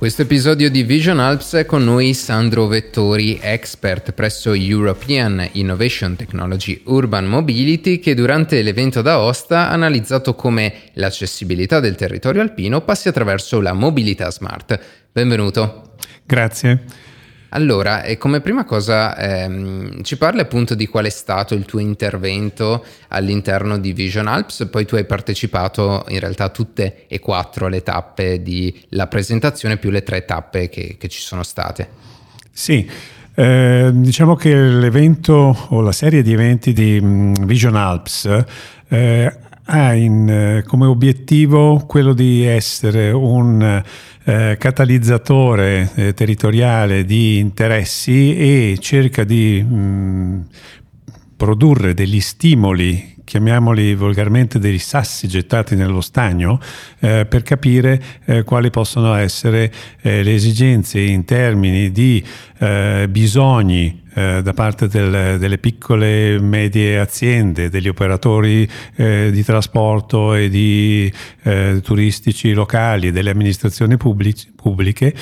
Questo episodio di Vision Alps è con noi Sandro Vettori, expert presso European Innovation Technology Urban Mobility, che durante l'evento d'Aosta ha analizzato come l'accessibilità del territorio alpino passi attraverso la mobilità smart. Benvenuto. Grazie. Allora, come prima cosa ci parli appunto di qual è stato il tuo intervento all'interno di Vision Alps. Poi tu hai partecipato in realtà a tutte e 4 le tappe della presentazione più le 3 tappe che ci sono state. Sì, diciamo che l'evento o la serie di eventi di Vision Alps ha come obiettivo quello di essere un catalizzatore territoriale di interessi e cerca di produrre degli stimoli, chiamiamoli volgarmente dei sassi gettati nello stagno, per capire quali possono essere le esigenze in termini di bisogni da parte delle piccole e medie aziende, degli operatori di trasporto e di turistici locali e delle amministrazioni pubbliche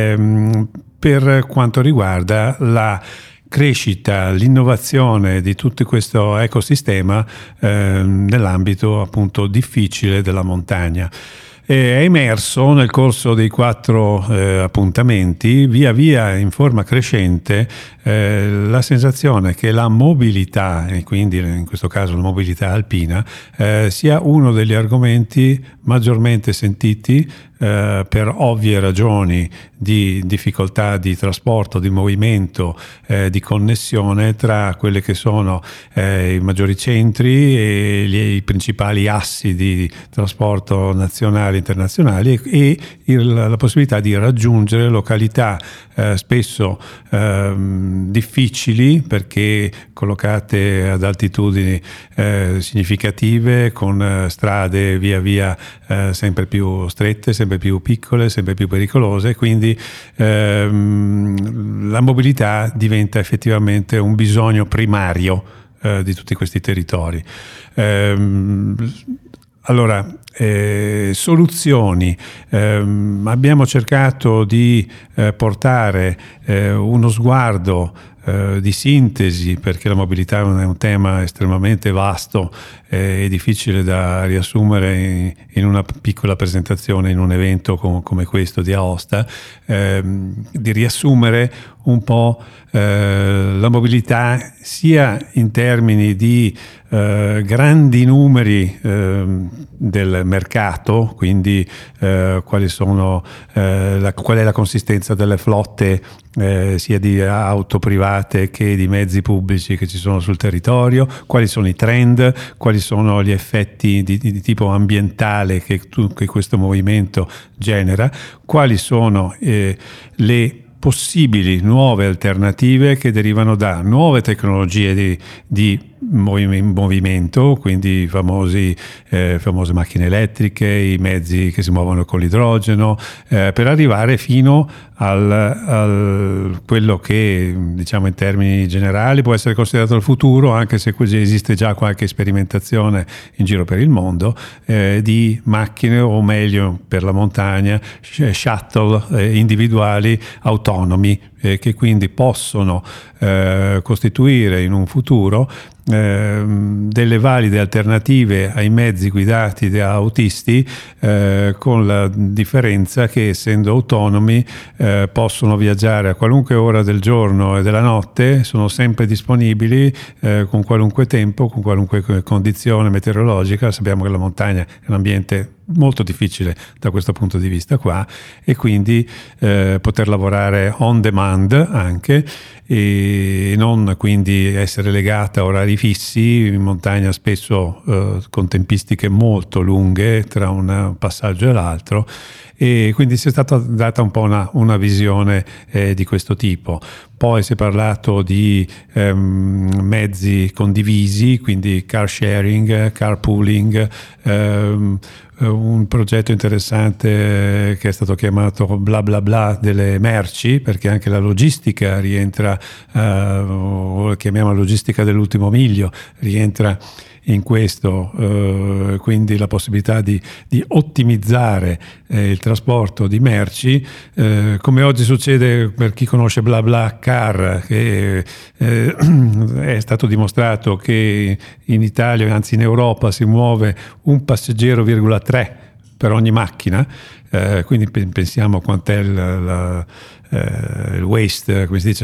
per quanto riguarda la crescita, l'innovazione di tutto questo ecosistema nell'ambito appunto difficile della montagna. È emerso nel corso dei 4 appuntamenti, via via in forma crescente, la sensazione che la mobilità, e quindi in questo caso la mobilità alpina, sia uno degli argomenti maggiormente sentiti per ovvie ragioni di difficoltà di trasporto, di movimento, di connessione tra quelle che sono i maggiori centri e i principali assi di trasporto nazionali e internazionali e la possibilità di raggiungere località spesso difficili perché collocate ad altitudini significative, con strade via via sempre più strette, sempre più piccole, sempre più pericolose, quindi la mobilità diventa effettivamente un bisogno primario di tutti questi territori. Allora, soluzioni. Abbiamo cercato di portare uno sguardo di sintesi, perché la mobilità è un tema estremamente vasto e difficile da riassumere in una piccola presentazione, in un evento come questo di Aosta, di riassumere un po' la mobilità sia in termini di grandi numeri del mercato, quindi qual è la consistenza delle flotte sia di auto private che di mezzi pubblici che ci sono sul territorio, quali sono i trend, quali sono gli effetti di tipo ambientale che questo movimento genera, quali sono le possibili nuove alternative che derivano da nuove tecnologie di movimento, quindi famose macchine elettriche, i mezzi che si muovono con l'idrogeno, per arrivare fino al quello che, diciamo, in termini generali può essere considerato il futuro, anche se esiste già qualche sperimentazione in giro per il mondo, di macchine, o meglio per la montagna, shuttle individuali autonomi, che quindi possono costituire in un futuro delle valide alternative ai mezzi guidati da autisti, con la differenza che, essendo autonomi, possono viaggiare a qualunque ora del giorno e della notte, sono sempre disponibili con qualunque tempo, con qualunque condizione meteorologica. Sappiamo che la montagna è un ambiente molto difficile da questo punto di vista qua, e quindi poter lavorare on demand anche, e non quindi essere legata a orari fissi in montagna, spesso con tempistiche molto lunghe tra un passaggio e l'altro, e quindi si è stata data un po' una visione di questo tipo. Poi si è parlato di mezzi condivisi, quindi car sharing, carpooling, un progetto interessante che è stato chiamato bla bla bla delle merci, perché anche la logistica rientra, o chiamiamola logistica dell'ultimo miglio, rientra in questo, quindi la possibilità di ottimizzare il trasporto di merci, come oggi succede per chi conosce BlaBlaCar, che è stato dimostrato che in Italia, anzi in Europa, si muove un passeggero,3 per ogni macchina, quindi pensiamo quant'è il waste, come si dice,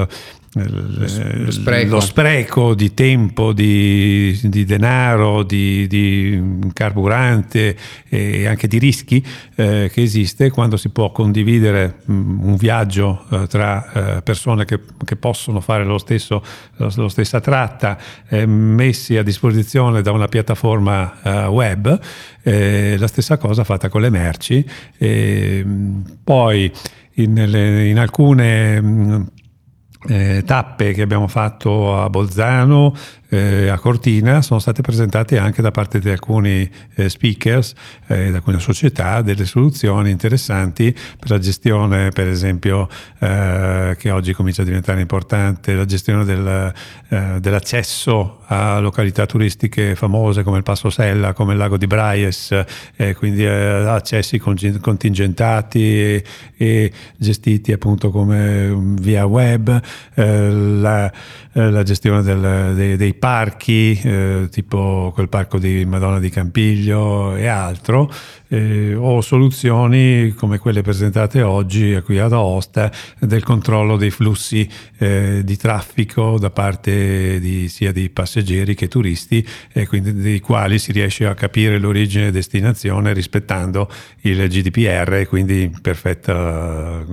lo spreco di tempo, di denaro, di carburante e anche di rischi che esiste quando si può condividere un viaggio tra persone che possono fare la stessa tratta, messi a disposizione da una piattaforma web. La stessa cosa fatta con le merci. Poi in alcune tappe che abbiamo fatto a Bolzano, a Cortina, sono state presentate anche da parte di alcuni speakers, da alcune società, delle soluzioni interessanti per la gestione, per esempio, che oggi comincia a diventare importante, la gestione dell'accesso a località turistiche famose come il Passo Sella, come il lago di Braies, quindi accessi contingentati e gestiti appunto come via web, la gestione dei parchi, tipo quel parco di Madonna di Campiglio e altro, o soluzioni come quelle presentate oggi qui ad Aosta del controllo dei flussi di traffico da parte sia di passeggeri che turisti, e quindi dei quali si riesce a capire l'origine e destinazione rispettando il GDPR, e quindi perfetta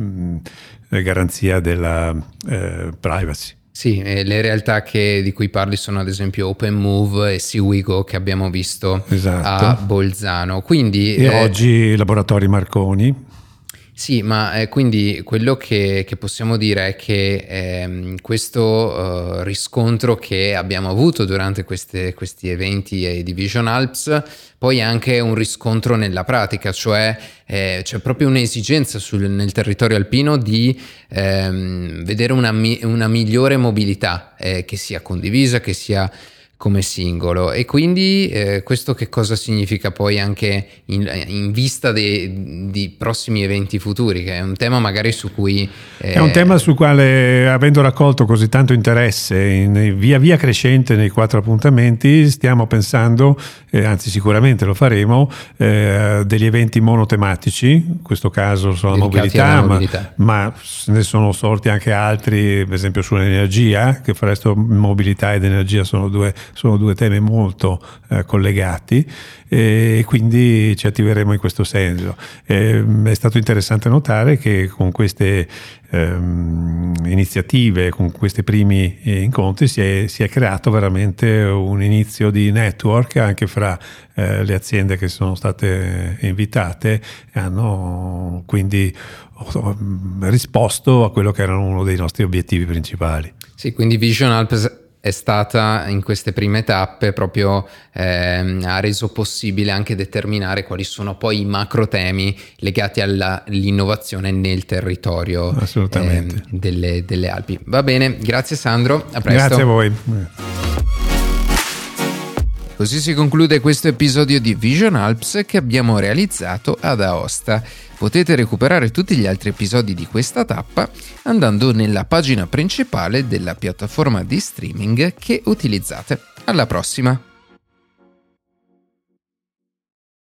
garanzia della privacy. Sì, le realtà di cui parli sono ad esempio OpenMove e SeaWigo, che abbiamo visto a Bolzano. Quindi, e oggi Laboratori Marconi. Sì, ma quindi quello che possiamo dire è che questo riscontro che abbiamo avuto durante questi eventi di Vision Alps poi è anche un riscontro nella pratica, cioè c'è proprio un'esigenza nel territorio alpino di vedere una migliore mobilità che sia condivisa, che sia come singolo. E quindi questo che cosa significa poi anche in vista di prossimi eventi futuri, che è un tema magari su cui è un tema sul quale, avendo raccolto così tanto interesse via via crescente nei 4 appuntamenti, stiamo pensando, anzi sicuramente lo faremo, degli eventi monotematici, in questo caso sulla mobilità, ma ne sono sorti anche altri, per esempio sull'energia, che fra l'altro mobilità ed energia sono due temi molto collegati, e quindi ci attiveremo in questo senso. È stato interessante notare che con queste iniziative, con questi primi incontri si è creato veramente un inizio di network anche fra le aziende che sono state invitate, e hanno quindi risposto a quello che era uno dei nostri obiettivi principali. Sì, quindi Vision Alps è stata in queste prime tappe proprio ha reso possibile anche determinare quali sono poi i macro temi legati all'innovazione nel territorio delle Alpi. Va bene, grazie Sandro, a presto. Grazie a voi. Così si conclude questo episodio di Vision Alps che abbiamo realizzato ad Aosta. Potete recuperare tutti gli altri episodi di questa tappa andando nella pagina principale della piattaforma di streaming che utilizzate. Alla prossima!